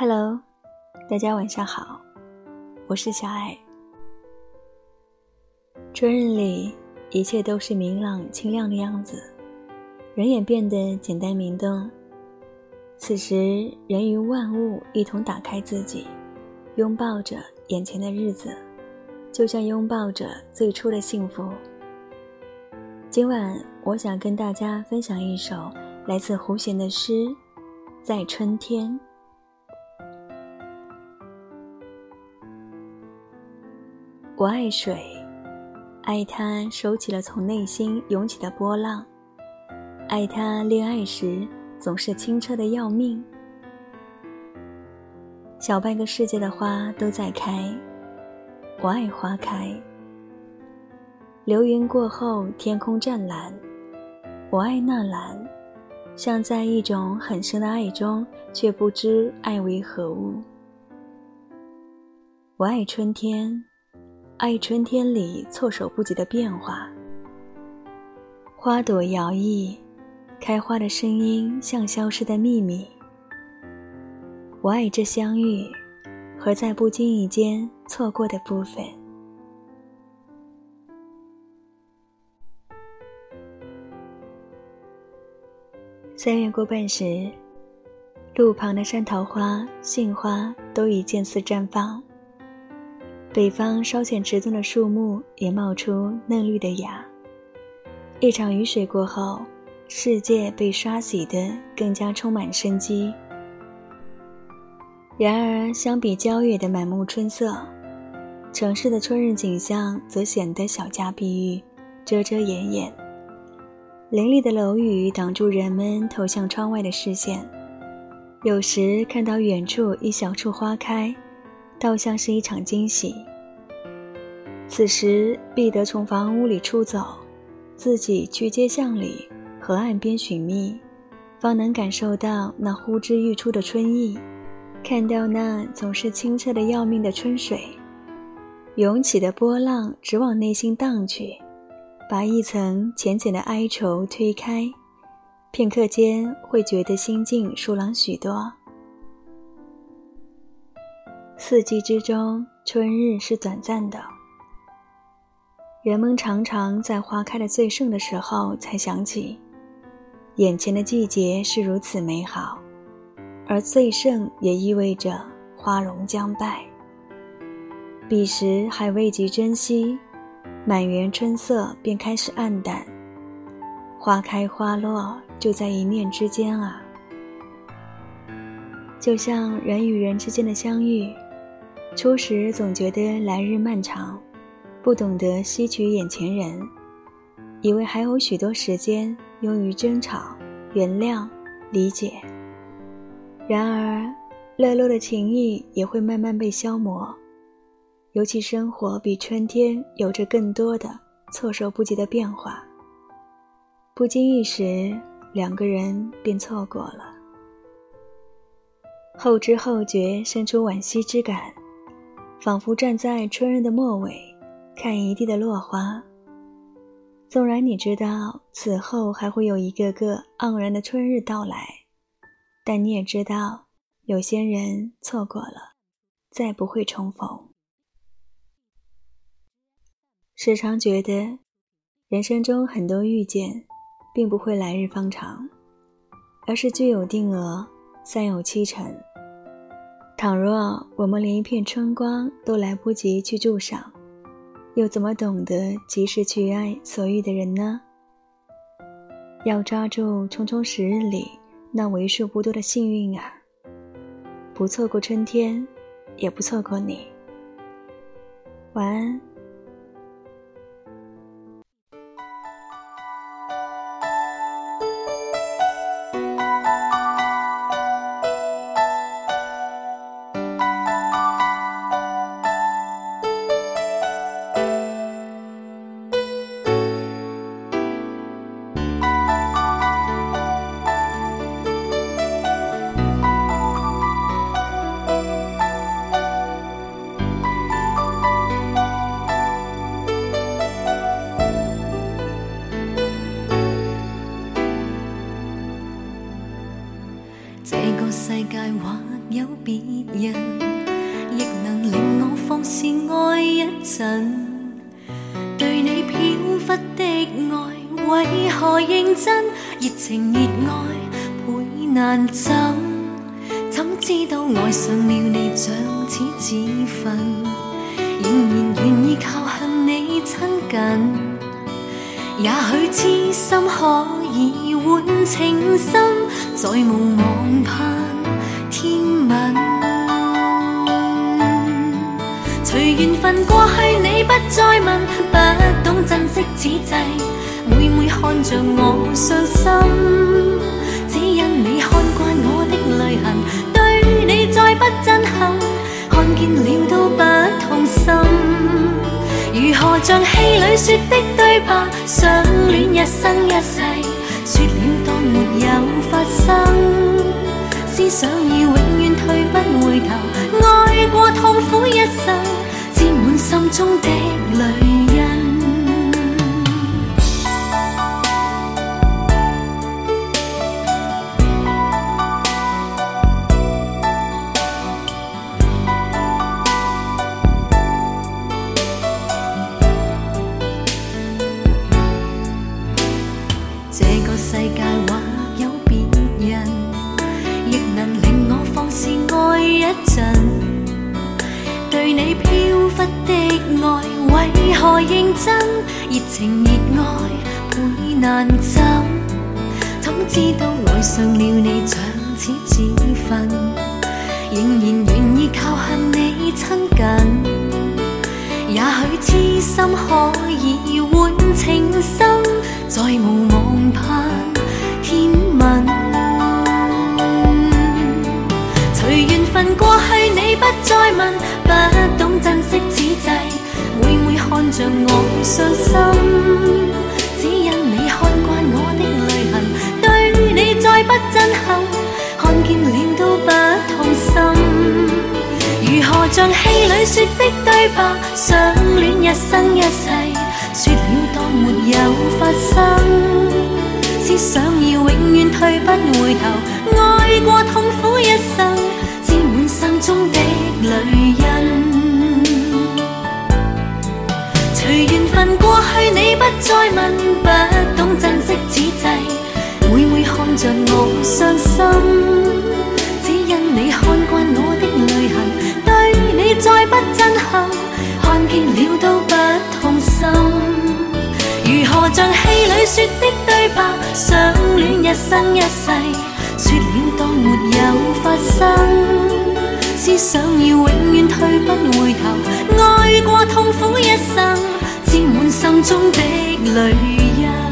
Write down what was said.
Hello， 大家晚上好，我是小爱。春日里，一切都是明朗清亮的样子，人也变得简单明动。此时，人与万物一同打开自己，拥抱着眼前的日子，就像拥抱着最初的幸福。今晚，我想跟大家分享一首来自胡弦的诗《在春天》。我爱水，爱它收起了从内心涌起的波浪，爱它恋爱时总是清澈的要命。小半个世界的花都在开，我爱花开。流云过后天空湛蓝，我爱那蓝，像在一种很深的爱中，却不知爱为何物。我爱春天，爱春天里措手不及的变化，花朵摇曳，开花的声音像消失的秘密。我爱这相遇和在不经意间错过的部分。3月过半时，路旁的山桃花、杏花都已渐次绽放，北方稍显迟钝的树木也冒出嫩绿的芽。一场雨水过后，世界被刷洗得更加充满生机。然而相比郊野的满目春色，城市的春日景象则显得小家碧玉，遮遮掩掩。凌厉的楼宇挡住人们投向窗外的视线，有时看到远处一小处花开，倒像是一场惊喜。此时必得从房屋里出走，自己去街巷里、河岸边寻觅，方能感受到那呼之欲出的春意，看到那总是清澈的要命的春水，涌起的波浪直往内心荡去，把一层浅浅的哀愁推开，片刻间会觉得心境舒朗许多。四季之中，春日是短暂的，人们常常在花开的最盛的时候才想起，眼前的季节是如此美好，而最盛也意味着花容将败。彼时还未及珍惜，满园春色便开始暗淡，花开花落就在一念之间啊。就像人与人之间的相遇，初时总觉得来日漫长，不懂得惜取眼前人，以为还有许多时间用于争吵、原谅、理解。然而热络的情谊也会慢慢被消磨，尤其生活比春天有着更多的措手不及的变化，不经意时两个人便错过了。后知后觉生出惋惜之感，仿佛站在春日的末尾，看一地的落花。纵然你知道此后还会有一个个盎然的春日到来，但你也知道有些人错过了，再不会重逢。时常觉得人生中很多遇见并不会来日方长，而是具有定额，散有七成。倘若我们连一片春光都来不及去驻赏，又怎么懂得及时去爱所遇的人呢？要抓住匆匆时日里那为数不多的幸运啊，不错过春天，也不错过你。晚安。 個世界或有別人，亦能令我放肆愛一陣。對你飄忽的愛，為何認真？熱情熱愛倍難枕，怎知道愛上了你像似自焚，仍然願意靠向你親近。也許痴心可以換情深，再無望盼天問。隨緣分過去你不再問，不懂珍惜此際，每每看着我傷心，只因你看慣我的淚痕，對你再不憎恨，看見了都不痛心。如何像戲裏說的對白，相戀一生一世，說了當沒有發生，思想要永遠退不回頭，愛過痛苦一生，沾滿心中的淚印。這個世界或有別人，亦能令我放肆愛一陣。對你飄忽的愛，為何認真？熱情熱愛倍難枕，怎知道愛上了你像似自焚，仍然願意靠向你親近。也許痴心可以換情深，再無望盼天問。隨緣分過去你不再問，不懂珍惜此際，每每看着我傷心，只因你看慣我的淚痕，對你再不憎恨，看見了都不痛心。如何像戲裏說的對白，相戀一生一世，說了當沒有發生，思想要永遠退不回頭，愛過痛苦一生，沾滿心中的淚印。隨緣分過去你不再問，不懂珍惜此際，每每看着我傷心，只因你看慣我的淚痕，對你再不憎恨，看見了都不痛心。如何像戲裏說的對白，相戀一生一世，說了當沒有發生，思想要永遠退不回頭，愛過痛苦一生，沾滿心中的淚印。